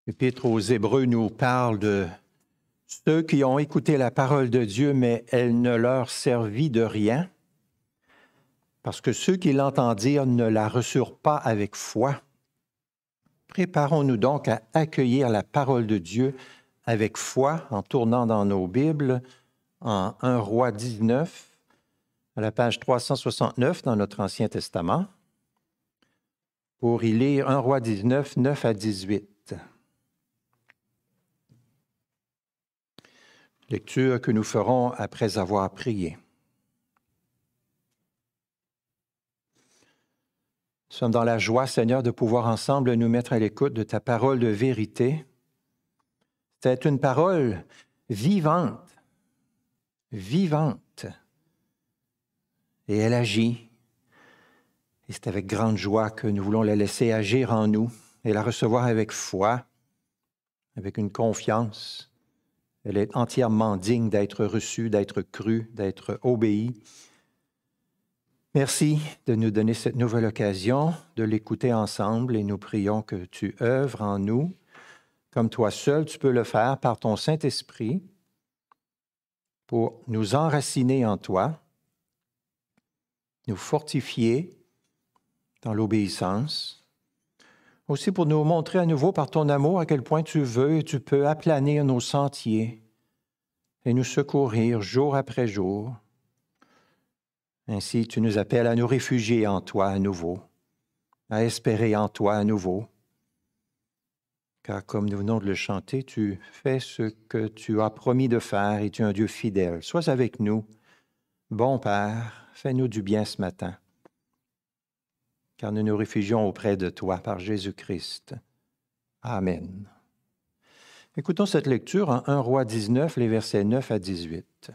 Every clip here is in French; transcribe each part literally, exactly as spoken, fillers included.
L'Épître aux Hébreux nous parle de ceux qui ont écouté la parole de Dieu, mais elle ne leur servit de rien, parce que ceux qui l'entendirent ne la reçurent pas avec foi. Préparons-nous donc à accueillir la parole de Dieu avec foi en tournant dans nos Bibles en un Roi dix-neuf, à la page trois cent soixante-neuf dans notre Ancien Testament, pour y lire un Roi dix-neuf, neuf à dix-huit. Lecture que nous ferons après avoir prié. Nous sommes dans la joie, Seigneur, de pouvoir ensemble nous mettre à l'écoute de ta parole de vérité. C'est une parole vivante, vivante, et elle agit. Et c'est avec grande joie que nous voulons la laisser agir en nous et la recevoir avec foi, avec une confiance. Elle est entièrement digne d'être reçue, d'être crue, d'être obéie. Merci de nous donner cette nouvelle occasion de l'écouter ensemble et nous prions que tu œuvres en nous comme toi seul tu peux le faire par ton Saint-Esprit pour nous enraciner en toi, nous fortifier dans l'obéissance, aussi pour nous montrer à nouveau par ton amour à quel point tu veux et tu peux aplanir nos sentiers et nous secourir jour après jour. Ainsi, tu nous appelles à nous réfugier en toi à nouveau, à espérer en toi à nouveau. Car comme nous venons de le chanter, tu fais ce que tu as promis de faire et tu es un Dieu fidèle. Sois avec nous. Bon Père, fais-nous du bien ce matin, car nous nous réfugions auprès de toi par Jésus-Christ. Amen. Écoutons cette lecture en un Roi dix-neuf, les versets neuf à dix-huit.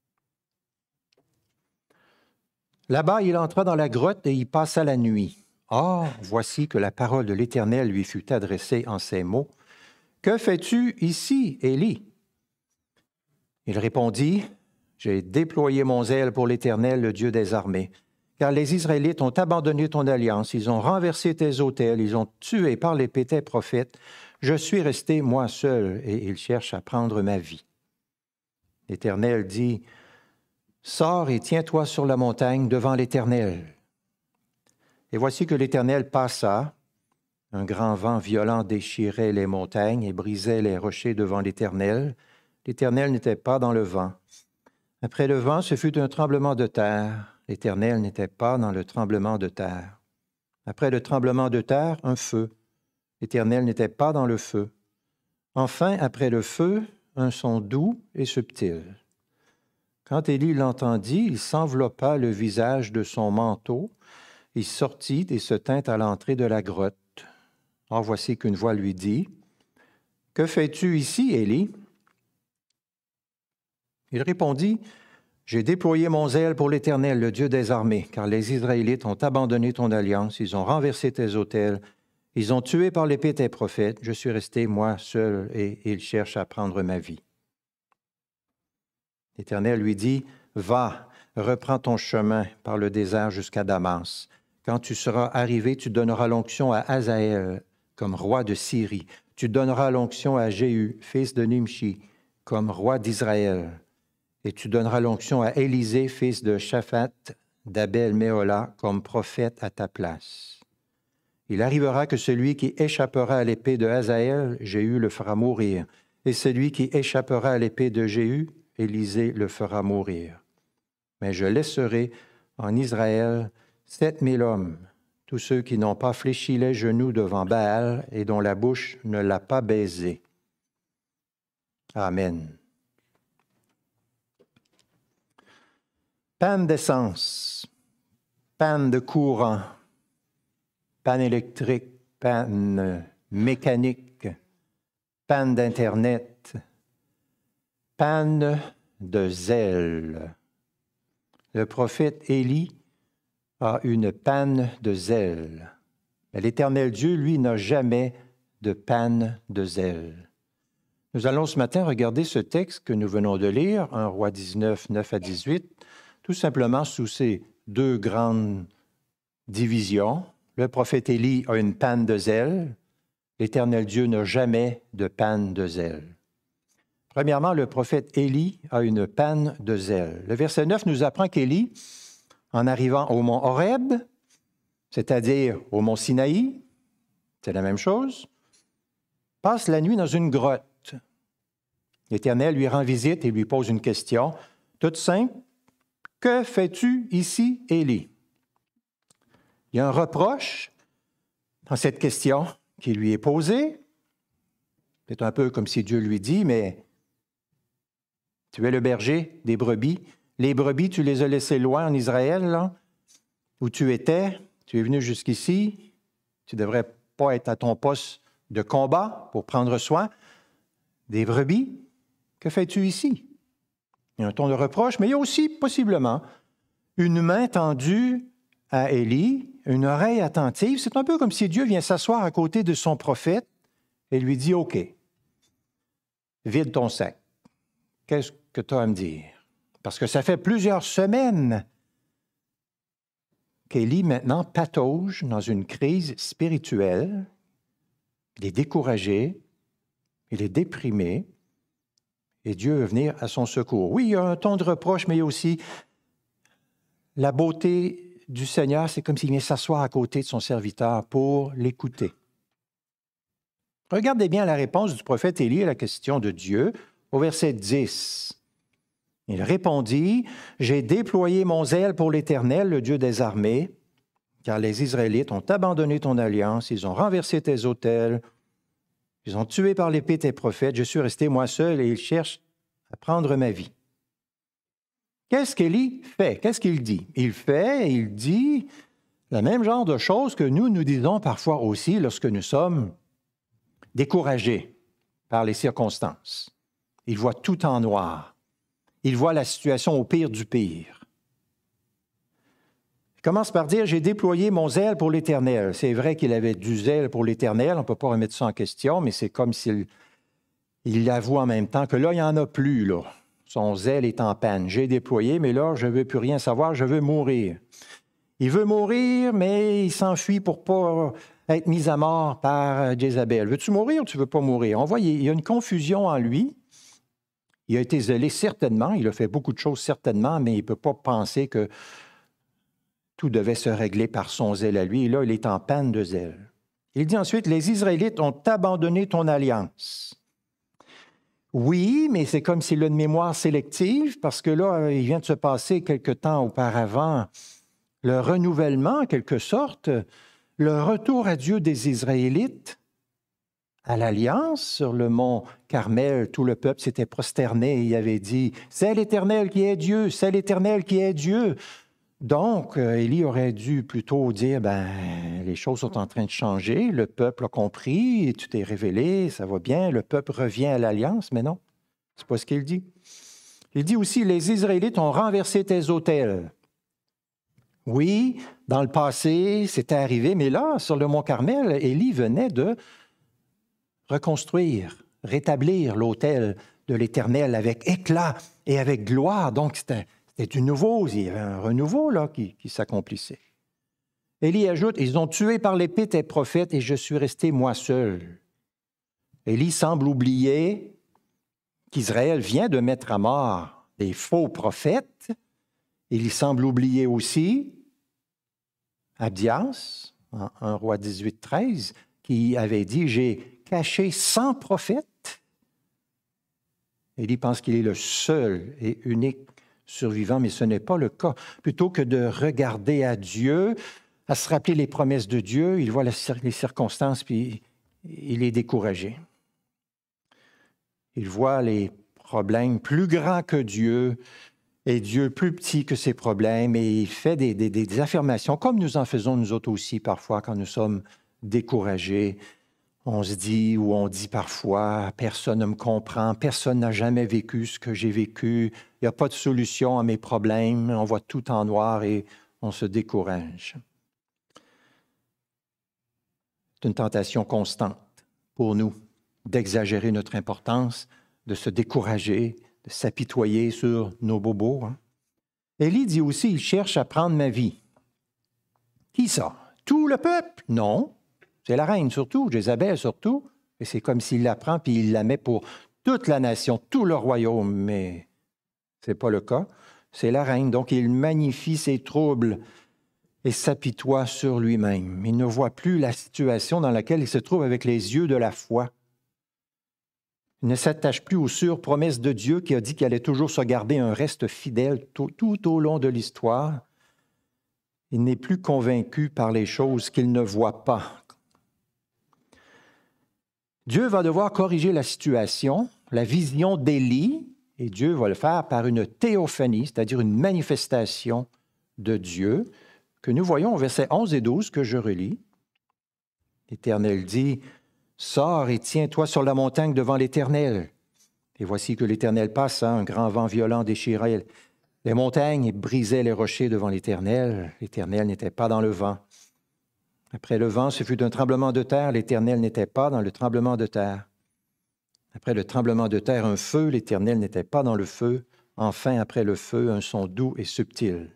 Là-bas, il entra dans la grotte et y passa la nuit. Or, voici que la parole de l'Éternel lui fut adressée en ces mots. « Que fais-tu ici, Élie » Il répondit, « J'ai déployé mon zèle pour l'Éternel, le Dieu des armées. Car les Israélites ont abandonné ton alliance, ils ont renversé tes autels, ils ont tué par l'épée tes prophètes. Je suis resté, moi seul, et ils cherchent à prendre ma vie. » L'Éternel dit, « Sors et tiens-toi sur la montagne devant l'Éternel. » Et voici que l'Éternel passa. Un grand vent violent déchirait les montagnes et brisait les rochers devant l'Éternel. L'Éternel n'était pas dans le vent. Après le vent, ce fut un tremblement de terre. L'Éternel n'était pas dans le tremblement de terre. Après le tremblement de terre, un feu. L'Éternel n'était pas dans le feu. Enfin, après le feu, un son doux et subtil. Quand Élie l'entendit, il s'enveloppa le visage de son manteau. Il sortit et se tint à l'entrée de la grotte. Or, voici qu'une voix lui dit, « Que fais-tu ici, Élie » Il répondit, « J'ai déployé mon zèle pour l'Éternel, le Dieu des armées, car les Israélites ont abandonné ton alliance, ils ont renversé tes autels, ils ont tué par l'épée tes prophètes. Je suis resté, moi, seul, et ils cherchent à prendre ma vie. » L'Éternel lui dit, « Va, reprends ton chemin par le désert jusqu'à Damas. Quand tu seras arrivé, tu donneras l'onction à Hazaël comme roi de Syrie. Tu donneras l'onction à Jéhu, fils de Nimshi, comme roi d'Israël. Et tu donneras l'onction à Élisée, fils de Shaphat, d'Abel-Méhola, comme prophète à ta place. Il arrivera que celui qui échappera à l'épée de Hazaël, Jéhu le fera mourir, et celui qui échappera à l'épée de Jéhu, Élisée le fera mourir. Mais je laisserai en Israël sept mille hommes, tous ceux qui n'ont pas fléchi les genoux devant Baal et dont la bouche ne l'a pas baisé. Amen. Panne d'essence, panne de courant, panne électrique, panne mécanique, panne d'Internet, panne de zèle. Le prophète Élie a une panne de zèle. Mais l'Éternel Dieu, lui, n'a jamais de panne de zèle. Nous allons ce matin regarder ce texte que nous venons de lire, un Roi dix-neuf, neuf à dix-huit, tout simplement sous ces deux grandes divisions. Le prophète Élie a une panne de zèle, l'Éternel Dieu n'a jamais de panne de zèle. Premièrement, le prophète Élie a une panne de zèle. Le verset neuf nous apprend qu'Élie, en arrivant au mont Horeb, c'est-à-dire au mont Sinaï, c'est la même chose, passe la nuit dans une grotte. L'Éternel lui rend visite et lui pose une question toute simple. « Que fais-tu ici, Élie? » Il y a un reproche dans cette question qui lui est posée. C'est un peu comme si Dieu lui dit, mais tu es le berger des brebis. Les brebis, tu les as laissées loin en Israël, là, où tu étais. Tu es venu jusqu'ici. Tu ne devrais pas être à ton poste de combat pour prendre soin des brebis. Que fais-tu ici? Il y a un ton de reproche, mais il y a aussi possiblement une main tendue à Élie, une oreille attentive. C'est un peu comme si Dieu vient s'asseoir à côté de son prophète et lui dit, « OK, vide ton sac. Qu'est-ce que tu as à me dire? » Parce que ça fait plusieurs semaines qu'Élie, maintenant, patauge dans une crise spirituelle. Il est découragé, il est déprimé, et Dieu veut venir à son secours. Oui, il y a un ton de reproche, mais il y a aussi la beauté du Seigneur. C'est comme s'il vient s'asseoir à côté de son serviteur pour l'écouter. Regardez bien la réponse du prophète Élie à la question de Dieu au verset dix. Il répondit, « J'ai déployé mon zèle pour l'Éternel, le Dieu des armées, car les Israélites ont abandonné ton alliance, ils ont renversé tes autels, ils ont tué par l'épée tes prophètes, je suis resté moi seul et ils cherchent à prendre ma vie. » Qu'est-ce qu'Élie fait? Qu'est-ce qu'il dit? Il fait, il dit le même genre de choses que nous, nous disons parfois aussi lorsque nous sommes découragés par les circonstances. Il voit tout en noir. Il voit la situation au pire du pire. Il commence par dire, « J'ai déployé mon zèle pour l'Éternel. » C'est vrai qu'il avait du zèle pour l'Éternel, on ne peut pas remettre ça en question, mais c'est comme s'il il avoue en même temps que là, il n'y en a plus, là. Son zèle est en panne. J'ai déployé, mais là, je ne veux plus rien savoir, je veux mourir. Il veut mourir, mais il s'enfuit pour ne pas être mis à mort par Jézabel. Veux-tu mourir ou tu ne veux pas mourir? On voit, il y a une confusion en lui. Il a été zélé certainement, il a fait beaucoup de choses certainement, mais il ne peut pas penser que tout devait se régler par son zèle à lui. Et là, il est en panne de zèle. Il dit ensuite, « Les Israélites ont abandonné ton alliance. » Oui, mais c'est comme s'il a une mémoire sélective, parce que là, il vient de se passer quelque temps auparavant le renouvellement, en quelque sorte, le retour à Dieu des Israélites à l'Alliance sur le mont Carmel. Tout le peuple s'était prosterné et il avait dit, « C'est l'Éternel qui est Dieu, c'est l'Éternel qui est Dieu. » Donc, Élie aurait dû plutôt dire, ben, les choses sont en train de changer, le peuple a compris, tout est révélé, ça va bien, le peuple revient à l'Alliance, mais non, c'est pas ce qu'il dit. Il dit aussi, les Israélites ont renversé tes autels. Oui, dans le passé, c'était arrivé, mais là, sur le mont Carmel, Élie venait de reconstruire, rétablir l'autel de l'Éternel avec éclat et avec gloire, donc c'était... C'est du nouveau, il y avait un renouveau là, qui, qui s'accomplissait. Élie ajoute, « Ils ont tué par l'épée tes prophètes et je suis resté moi seul. » Élie semble oublier qu'Israël vient de mettre à mort des faux prophètes. Il semble oublier aussi Abdias, en un roi dix-huit treize, qui avait dit, « J'ai caché cent prophètes. » Élie pense qu'il est le seul et unique survivant, mais ce n'est pas le cas. Plutôt que de regarder à Dieu, à se rappeler les promesses de Dieu, il voit les circonstances, puis il est découragé. Il voit les problèmes plus grands que Dieu et Dieu plus petit que ses problèmes, et il fait des, des, des affirmations, comme nous en faisons nous autres aussi parfois quand nous sommes découragés. On se dit ou on dit parfois, personne ne me comprend, personne n'a jamais vécu ce que j'ai vécu, il n'y a pas de solution à mes problèmes, on voit tout en noir et on se décourage. C'est une tentation constante pour nous d'exagérer notre importance, de se décourager, de s'apitoyer sur nos bobos. Hein? Élie dit aussi, il cherche à prendre ma vie. Qui ça? Tout le peuple? Non. C'est la reine surtout, Jézabel surtout. Et c'est comme s'il la prend puis il la met pour toute la nation, tout le royaume. Mais ce n'est pas le cas. C'est la reine. Donc, il magnifie ses troubles et s'apitoie sur lui-même. Il ne voit plus la situation dans laquelle il se trouve avec les yeux de la foi. Il ne s'attache plus aux sûres promesses de Dieu qui a dit qu'il allait toujours se garder un reste fidèle tout, tout au long de l'histoire. Il n'est plus convaincu par les choses qu'il ne voit pas. Dieu va devoir corriger la situation, la vision d'Élie, et Dieu va le faire par une théophanie, c'est-à-dire une manifestation de Dieu, que nous voyons au verset onze et douze que je relis. L'Éternel dit, « Sors et tiens-toi sur la montagne devant l'Éternel. » Et voici que l'Éternel passa, un grand vent violent déchirait les montagnes et brisait les rochers devant l'Éternel. L'Éternel n'était pas dans le vent. Après le vent, ce fut un tremblement de terre. L'Éternel n'était pas dans le tremblement de terre. Après le tremblement de terre, un feu. L'Éternel n'était pas dans le feu. Enfin, après le feu, un son doux et subtil.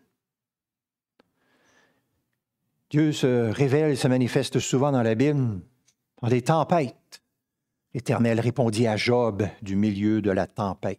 Dieu se révèle et se manifeste souvent dans la Bible, dans des tempêtes. L'Éternel répondit à Job du milieu de la tempête.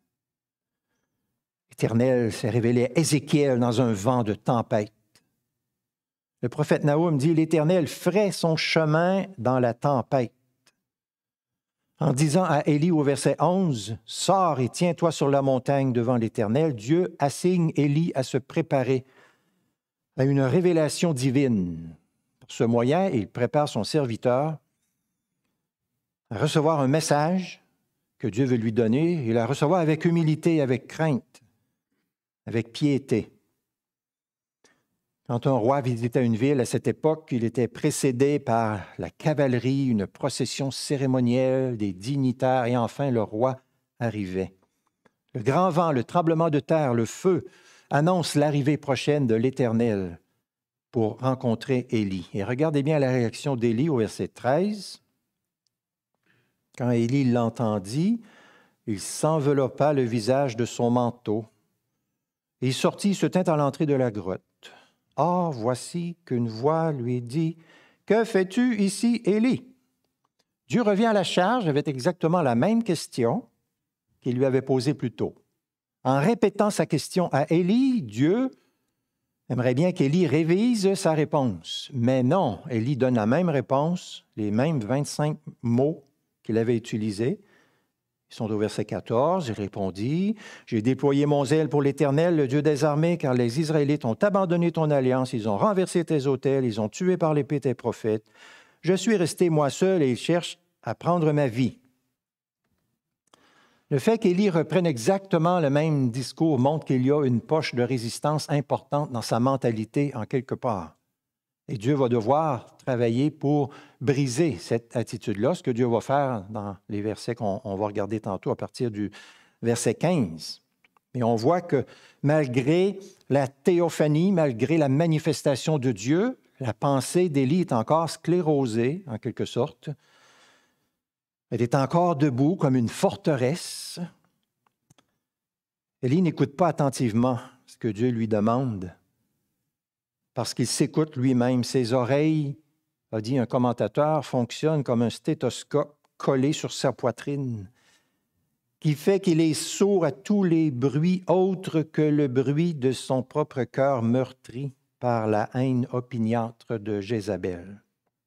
L'Éternel s'est révélé à Ézéchiel dans un vent de tempête. Le prophète Nahum dit, « L'Éternel ferait son chemin dans la tempête. » En disant à Élie au verset onze, « Sors et tiens-toi sur la montagne devant l'Éternel », Dieu assigne Élie à se préparer à une révélation divine. Par ce moyen, il prépare son serviteur à recevoir un message que Dieu veut lui donner et la recevoir avec humilité, avec crainte, avec piété. Quand un roi visitait une ville à cette époque, il était précédé par la cavalerie, une procession cérémonielle, des dignitaires, et enfin le roi arrivait. Le grand vent, le tremblement de terre, le feu annoncent l'arrivée prochaine de l'Éternel pour rencontrer Élie. Et regardez bien la réaction d'Élie au verset treize. Quand Élie l'entendit, il s'enveloppa le visage de son manteau. Et il sortit, se tint à l'entrée de la grotte. Or, voici qu'une voix lui dit, « Que fais-tu ici, Élie? » Dieu revient à la charge avec exactement la même question qu'il lui avait posée plus tôt. En répétant sa question à Élie, Dieu aimerait bien qu'Élie révise sa réponse. Mais non, Élie donne la même réponse, les mêmes vingt-cinq mots qu'il avait utilisés. Ils sont au verset quatorze. Il répondit, « J'ai déployé mon zèle pour l'Éternel, le Dieu des armées, car les Israélites ont abandonné ton alliance, ils ont renversé tes autels, ils ont tué par l'épée tes prophètes. Je suis resté moi seul et ils cherchent à prendre ma vie. » Le fait qu'Élie reprenne exactement le même discours montre qu'il y a une poche de résistance importante dans sa mentalité en quelque part. Et Dieu va devoir travailler pour briser cette attitude-là, ce que Dieu va faire dans les versets qu'on on va regarder tantôt à partir du verset quinze. Et on voit que malgré la théophanie, malgré la manifestation de Dieu, la pensée d'Élie est encore sclérosée, en quelque sorte. Elle est encore debout comme une forteresse. Élie n'écoute pas attentivement ce que Dieu lui demande parce qu'il s'écoute lui-même. Ses oreilles, a dit un commentateur, fonctionnent comme un stéthoscope collé sur sa poitrine, qui fait qu'il est sourd à tous les bruits autres que le bruit de son propre cœur meurtri par la haine opiniâtre de Jézabel.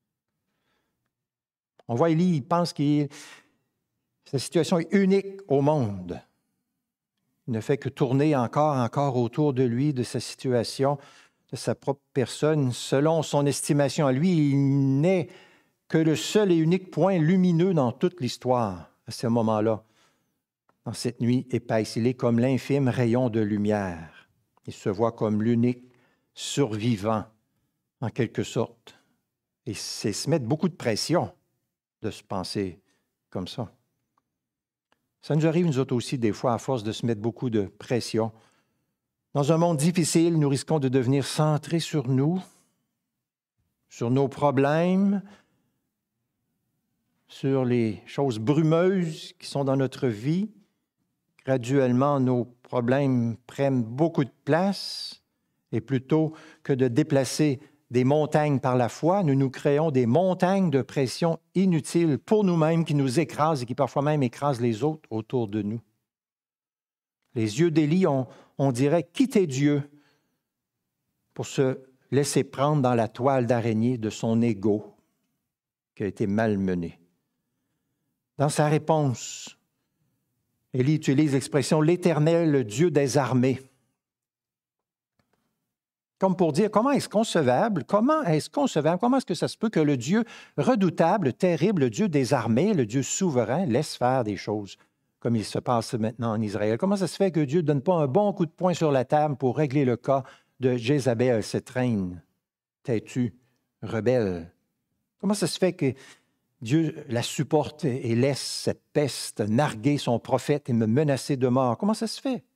On voit Élie, il pense que sa situation est unique au monde. Il ne fait que tourner encore, encore autour de lui, de sa situation, de sa propre personne. Selon son estimation à lui, il n'est que le seul et unique point lumineux dans toute l'histoire à ce moment-là, dans cette nuit épaisse. Il est comme l'infime rayon de lumière. Il se voit comme l'unique survivant, en quelque sorte. Et c'est se mettre beaucoup de pression de se penser comme ça. Ça nous arrive, nous autres aussi, des fois, à force de se mettre beaucoup de pression. Dans un monde difficile, nous risquons de devenir centrés sur nous, sur nos problèmes, sur les choses brumeuses qui sont dans notre vie. Graduellement, nos problèmes prennent beaucoup de place et plutôt que de déplacer des montagnes par la foi, nous nous créons des montagnes de pression inutiles pour nous-mêmes qui nous écrasent et qui parfois même écrasent les autres autour de nous. Les yeux d'Élie, on, on dirait quitter Dieu pour se laisser prendre dans la toile d'araignée de son ego qui a été malmené. Dans sa réponse, Élie utilise l'expression « l'Éternel, le Dieu des armées ». Comme pour dire, comment est-ce concevable, comment est-ce concevable, comment est-ce que ça se peut que le Dieu redoutable, terrible, le Dieu des armées, le Dieu souverain, laisse faire des choses comme il se passe maintenant en Israël? Comment ça se fait que Dieu ne donne pas un bon coup de poing sur la table pour régler le cas de Jézabel, cette reine têtue, rebelle? Comment ça se fait que Dieu la supporte et laisse cette peste narguer son prophète et me menacer de mort? Comment ça se fait?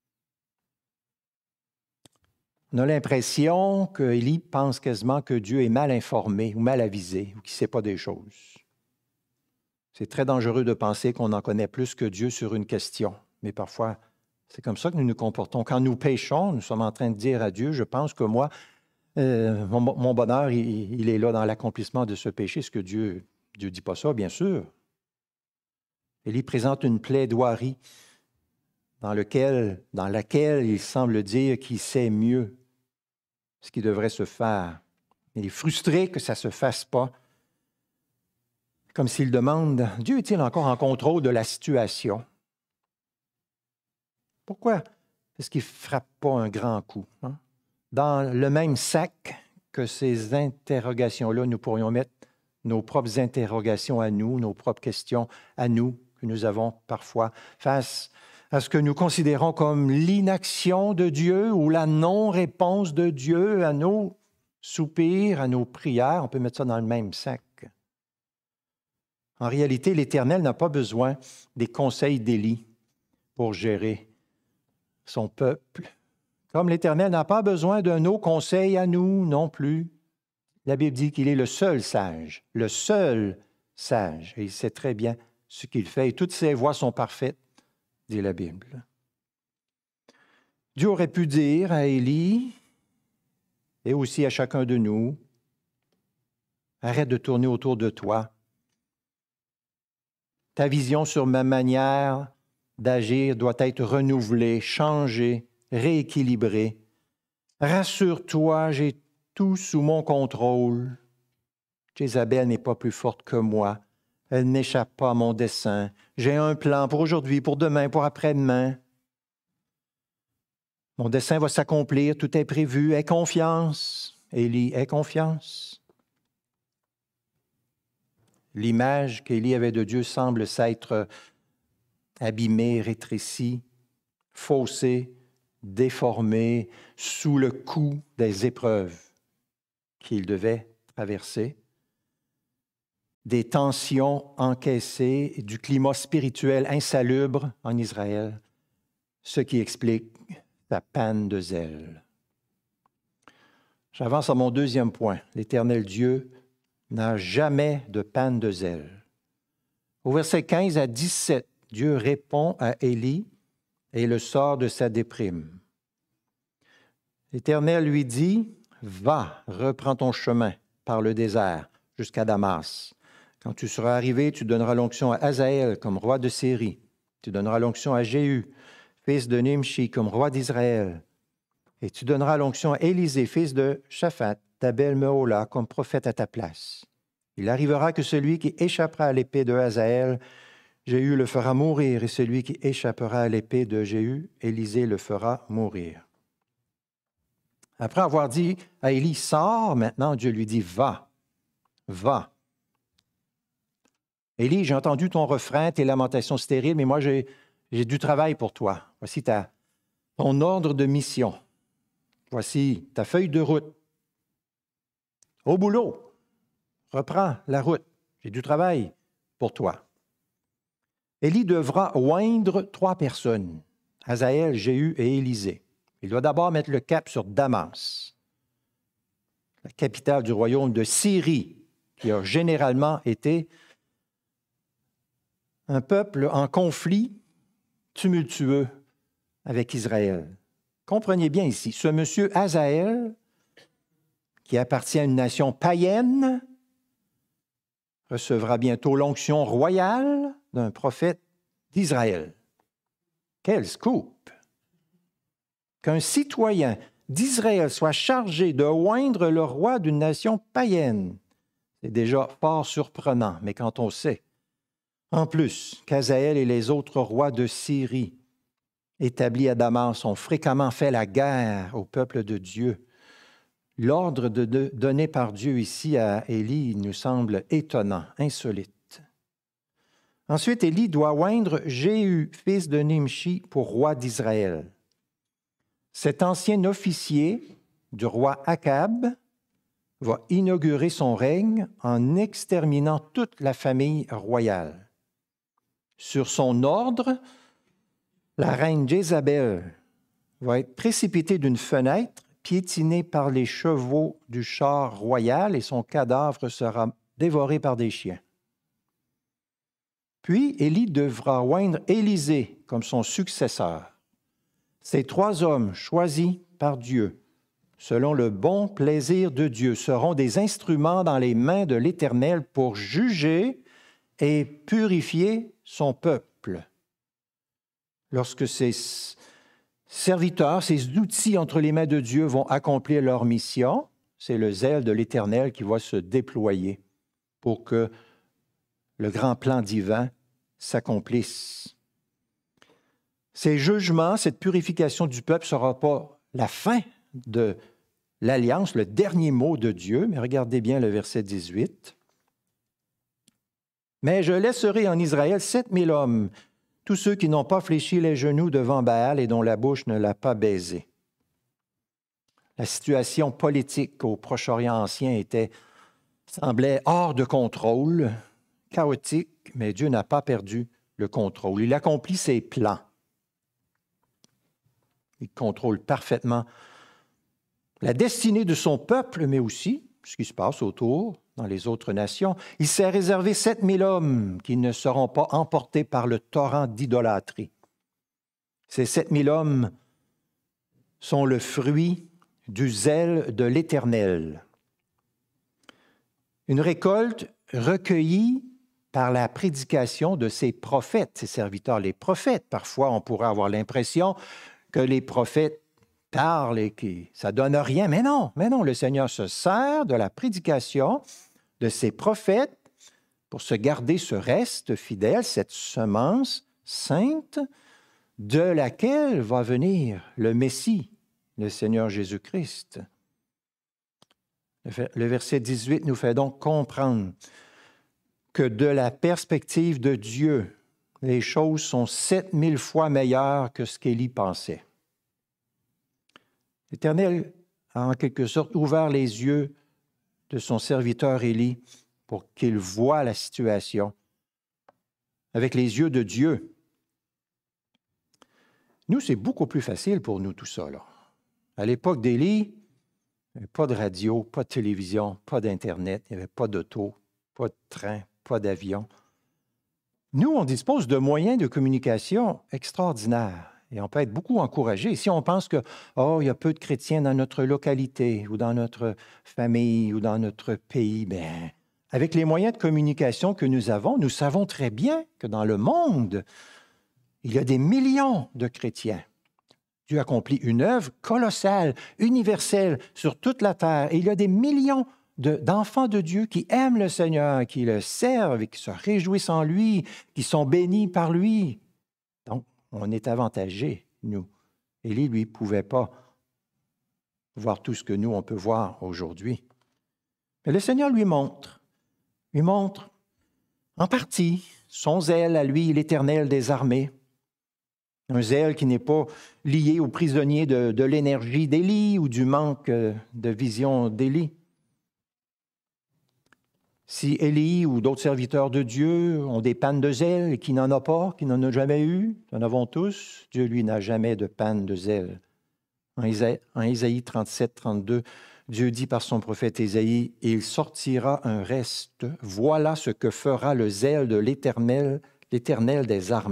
On a l'impression qu'Élie pense quasiment que Dieu est mal informé ou mal avisé ou qu'il ne sait pas des choses. C'est très dangereux de penser qu'on en connaît plus que Dieu sur une question. Mais parfois, c'est comme ça que nous nous comportons. Quand nous péchons, nous sommes en train de dire à Dieu, je pense que moi, euh, mon, mon bonheur, il, il est là dans l'accomplissement de ce péché. Est-ce que Dieu Dieu ne dit pas ça, bien sûr. Élie présente une plaidoirie dans, lequel, dans laquelle il semble dire qu'il sait mieux ce qui devrait se faire. Il est frustré que ça ne se fasse pas. Comme s'il demande, Dieu est-il encore en contrôle de la situation? Pourquoi est-ce qu'il ne frappe pas un grand coup? Hein? Dans le même sac que ces interrogations-là, nous pourrions mettre nos propres interrogations à nous, nos propres questions à nous que nous avons parfois face à ce que nous considérons comme l'inaction de Dieu ou la non-réponse de Dieu à nos soupirs, à nos prières. On peut mettre ça dans le même sac. En réalité, l'Éternel n'a pas besoin des conseils d'Élie pour gérer son peuple. Comme l'Éternel n'a pas besoin de nos conseils à nous non plus. La Bible dit qu'il est le seul sage, le seul sage. Et il sait très bien ce qu'il fait. Et toutes ses voies sont parfaites, dit la Bible. Dieu aurait pu dire à Élie et aussi à chacun de nous, arrête de tourner autour de toi. Ta vision sur ma manière d'agir doit être renouvelée, changée, rééquilibrée. Rassure-toi, j'ai tout sous mon contrôle. Jézabel n'est pas plus forte que moi. Elle n'échappe pas à mon dessein. J'ai un plan pour aujourd'hui, pour demain, pour après-demain. Mon dessein va s'accomplir, tout est prévu. Aie confiance. Élie, aie confiance. L'image qu'Élie avait de Dieu semble s'être abîmée, rétrécie, faussée, déformée sous le coup des épreuves qu'il devait traverser, des tensions encaissées, du climat spirituel insalubre en Israël, ce qui explique sa panne de zèle. J'avance à mon deuxième point. L'Éternel Dieu n'a jamais de panne de zèle. Au verset quinze à dix-sept, Dieu répond à Élie et le sort de sa déprime. L'Éternel lui dit, « Va, reprends ton chemin par le désert jusqu'à Damas. Quand tu seras arrivé, tu donneras l'onction à Hazaël comme roi de Syrie. Tu donneras l'onction à Jéhu, fils de Nimshi, comme roi d'Israël. Et tu donneras l'onction à Élisée, fils de Shaphat, d'Abel-Mehola, comme prophète à ta place. Il arrivera que celui qui échappera à l'épée de Hazaël, Jéhu le fera mourir, et celui qui échappera à l'épée de Jéhu, Élisée le fera mourir. » Après avoir dit à Élie, « Sors », maintenant Dieu lui dit, « Va, va. » Élie, j'ai entendu ton refrain, tes lamentations stériles, mais moi, j'ai, j'ai du travail pour toi. Voici ta, ton ordre de mission. Voici ta feuille de route. Au boulot, reprends la route. J'ai du travail pour toi. Élie devra oindre trois personnes, Hazaël, Jéhu et Élisée. Il doit d'abord mettre le cap sur Damas, la capitale du royaume de Syrie, qui a généralement été un peuple en conflit tumultueux avec Israël. Comprenez bien ici, ce monsieur Hazaël, qui appartient à une nation païenne, recevra bientôt l'onction royale d'un prophète d'Israël. Quel scoop! Qu'un citoyen d'Israël soit chargé de oindre le roi d'une nation païenne. C'est déjà fort surprenant, mais quand on sait, en plus, qu'Hazaël et les autres rois de Syrie établis à Damas ont fréquemment fait la guerre au peuple de Dieu, l'ordre de, de, donné par Dieu ici à Élie nous semble étonnant, insolite. Ensuite, Élie doit oindre Jéhu, fils de Nimshi, pour roi d'Israël. Cet ancien officier du roi Akab va inaugurer son règne en exterminant toute la famille royale. Sur son ordre, la reine Jézabel va être précipitée d'une fenêtre, piétinée par les chevaux du char royal et son cadavre sera dévoré par des chiens. Puis Élie devra oindre Élisée comme son successeur. Ces trois hommes choisis par Dieu, selon le bon plaisir de Dieu, seront des instruments dans les mains de l'Éternel pour juger et purifier son peuple. Lorsque ces serviteurs, ces outils entre les mains de Dieu vont accomplir leur mission, c'est le zèle de l'Éternel qui va se déployer pour que le grand plan divin s'accomplisse. Ces jugements, cette purification du peuple ne sera pas la fin de l'alliance, le dernier mot de Dieu, mais regardez bien le verset dix-huit. « Mais je laisserai en Israël sept mille hommes, tous ceux qui n'ont pas fléchi les genoux devant Baal et dont la bouche ne l'a pas baisé. » La situation politique au Proche-Orient ancien était, semblait hors de contrôle, chaotique, mais Dieu n'a pas perdu le contrôle. Il accomplit ses plans. Il contrôle parfaitement la destinée de son peuple, mais aussi ce qui se passe autour, dans les autres nations. Il s'est réservé sept mille hommes qui ne seront pas emportés par le torrent d'idolâtrie. Ces sept mille hommes sont le fruit du zèle de l'Éternel. Une récolte recueillie par la prédication de ses prophètes, ses serviteurs, les prophètes. Parfois, on pourrait avoir l'impression que les prophètes parlent et que ça ne donne rien. Mais non, mais non, le Seigneur se sert de la prédication de ses prophètes pour se garder ce reste fidèle, cette semence sainte de laquelle va venir le Messie, le Seigneur Jésus-Christ. Le verset dix-huit nous fait donc comprendre que de la perspective de Dieu, les choses sont sept mille fois meilleures que ce qu'Élie pensait. L'Éternel a en quelque sorte ouvert les yeux de son serviteur Élie pour qu'il voie la situation avec les yeux de Dieu. Nous, c'est beaucoup plus facile pour nous tout ça, là. À l'époque d'Élie, il n'y avait pas de radio, pas de télévision, pas d'Internet, il n'y avait pas d'auto, pas de train, pas d'avion. Nous, on dispose de moyens de communication extraordinaires et on peut être beaucoup encouragé. Si on pense que, oh, il y a peu de chrétiens dans notre localité ou dans notre famille ou dans notre pays, bien, avec les moyens de communication que nous avons, nous savons très bien que dans le monde, il y a des millions de chrétiens. Dieu accomplit une œuvre colossale, universelle sur toute la terre. Et il y a des millions de, d'enfants de Dieu qui aiment le Seigneur, qui le servent et qui se réjouissent en lui, qui sont bénis par lui. Donc, on est avantagés, nous. Élie, lui, ne pouvait pas voir tout ce que nous, on peut voir aujourd'hui. Mais le Seigneur lui montre, lui montre en partie son zèle à lui, l'Éternel des armées. Un zèle qui n'est pas lié aux prisonniers de, de l'énergie d'Élie ou du manque de vision d'Élie. Si Élie ou d'autres serviteurs de Dieu ont des pannes de zèle et qui n'en a pas, qui n'en a jamais eu, nous en avons tous, Dieu, lui, n'a jamais de panne de zèle. En Isaïe, en Isaïe trente-sept, trente-deux, Dieu dit par son prophète Isaïe, « Il sortira un reste, voilà ce que fera le zèle de l'Éternel, l'Éternel des armées. »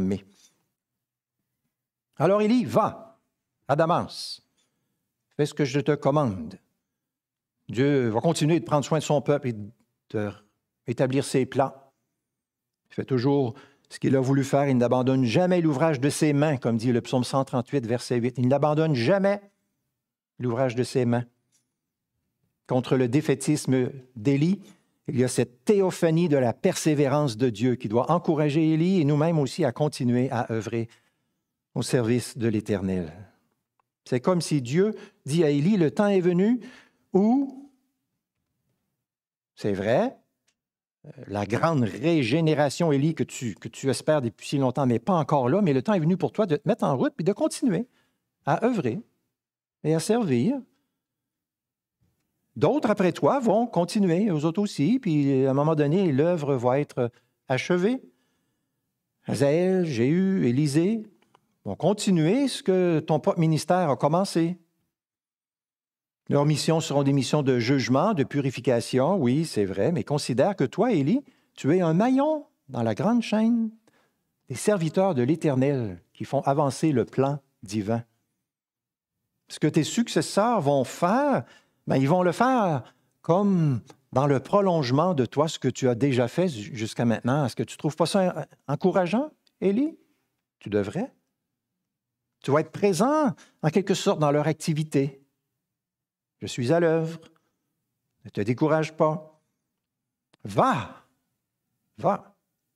Alors Élie, va à Damas, fais ce que je te commande. Dieu va continuer de prendre soin de son peuple et d'établir ses plans. Il fait toujours ce qu'il a voulu faire. Il n'abandonne jamais l'ouvrage de ses mains, comme dit le psaume cent trente-huit, verset huit. Il n'abandonne jamais l'ouvrage de ses mains. Contre le défaitisme d'Élie, il y a cette théophanie de la persévérance de Dieu qui doit encourager Élie et nous-mêmes aussi à continuer à œuvrer au service de l'Éternel. C'est comme si Dieu dit à Élie, le temps est venu où, c'est vrai, la grande régénération, Élie, que tu, que tu espères depuis si longtemps, n'est pas encore là, mais le temps est venu pour toi de te mettre en route et de continuer à œuvrer et à servir. D'autres, après toi, vont continuer, eux autres aussi, puis à un moment donné, l'œuvre va être achevée. Hazaël, Jéhu, Élisée vont continuer ce que ton propre ministère a commencé. Leurs missions seront des missions de jugement, de purification, oui, c'est vrai, mais considère que toi, Élie, tu es un maillon dans la grande chaîne des serviteurs de l'Éternel qui font avancer le plan divin. Ce que tes successeurs vont faire, bien, ils vont le faire comme dans le prolongement de toi, ce que tu as déjà fait jusqu'à maintenant. Est-ce que tu ne trouves pas ça encourageant, Élie? Tu devrais. Tu vas être présent, en quelque sorte, dans leur activité. Je suis à l'œuvre. Ne te décourage pas. Va. Va.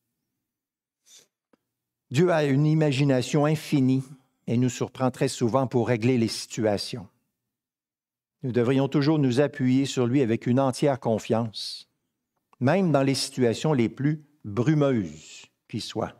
Dieu a une imagination infinie et nous surprend très souvent pour régler les situations. Nous devrions toujours nous appuyer sur lui avec une entière confiance, même dans les situations les plus brumeuses qui soient.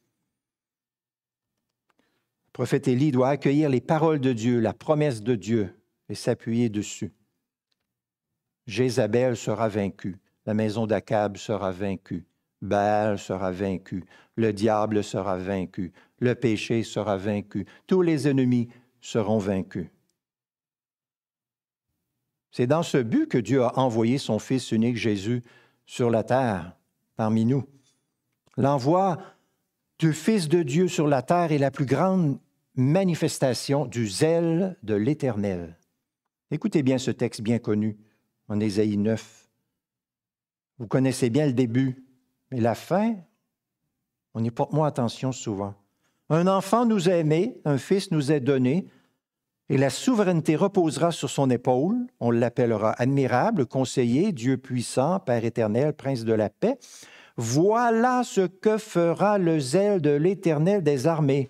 Le prophète Élie doit accueillir les paroles de Dieu, la promesse de Dieu, et s'appuyer dessus. Jézabel sera vaincue, la maison d'Akab sera vaincue, Baal sera vaincu, le diable sera vaincu, le péché sera vaincu, tous les ennemis seront vaincus. C'est dans ce but que Dieu a envoyé son Fils unique Jésus sur la terre, parmi nous. L'envoi du Fils de Dieu sur la terre est la plus grande manifestation du zèle de l'Éternel. Écoutez bien ce texte bien connu en Ésaïe neuf. Vous connaissez bien le début, mais la fin, on n'y porte moins attention souvent. Un enfant nous a aimés, un fils nous est donné, et la souveraineté reposera sur son épaule. On l'appellera admirable, conseiller, Dieu puissant, Père éternel, Prince de la paix. Voilà ce que fera le zèle de l'Éternel des armées.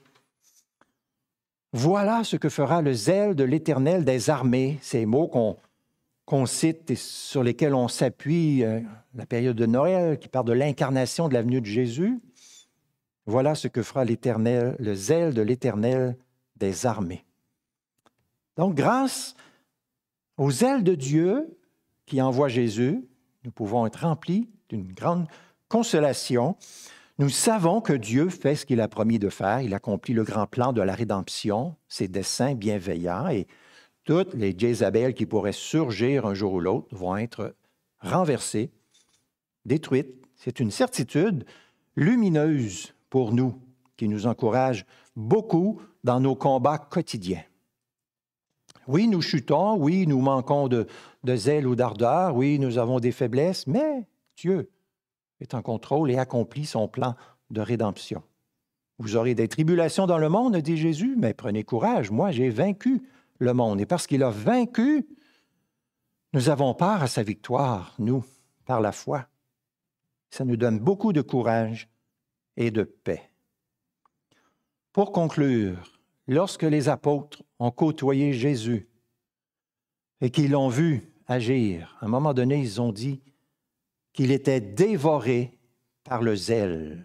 Voilà ce que fera le zèle de l'Éternel des armées. Ces mots qu'on qu'on cite et sur lesquels on s'appuie, euh, la période de Noël, qui parle de l'incarnation de la venue de Jésus. Voilà ce que fera l'Éternel, le zèle de l'Éternel des armées. Donc, grâce au zèle de Dieu qui envoie Jésus, nous pouvons être remplis d'une grande consolation. Nous savons que Dieu fait ce qu'il a promis de faire. Il accomplit le grand plan de la rédemption, ses desseins bienveillants, et toutes les Jézabel qui pourraient surgir un jour ou l'autre vont être renversées, détruites. C'est une certitude lumineuse pour nous, qui nous encourage beaucoup dans nos combats quotidiens. Oui, nous chutons, oui, nous manquons de, de zèle ou d'ardeur, oui, nous avons des faiblesses, mais Dieu est en contrôle et accomplit son plan de rédemption. Vous aurez des tribulations dans le monde, dit Jésus, mais prenez courage, moi j'ai vaincu le monde. Et parce qu'il a vaincu, nous avons part à sa victoire, nous, par la foi. Ça nous donne beaucoup de courage et de paix. Pour conclure, lorsque les apôtres ont côtoyé Jésus et qu'ils l'ont vu agir, à un moment donné, ils ont dit qu'il était dévoré par le zèle.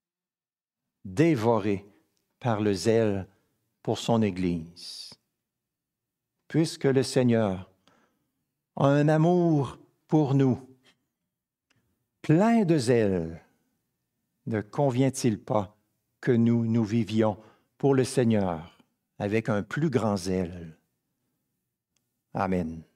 Dévoré par le zèle pour son Église. Puisque le Seigneur a un amour pour nous, plein de zèle, ne convient-il pas que nous, nous vivions pour le Seigneur avec un plus grand zèle? Amen.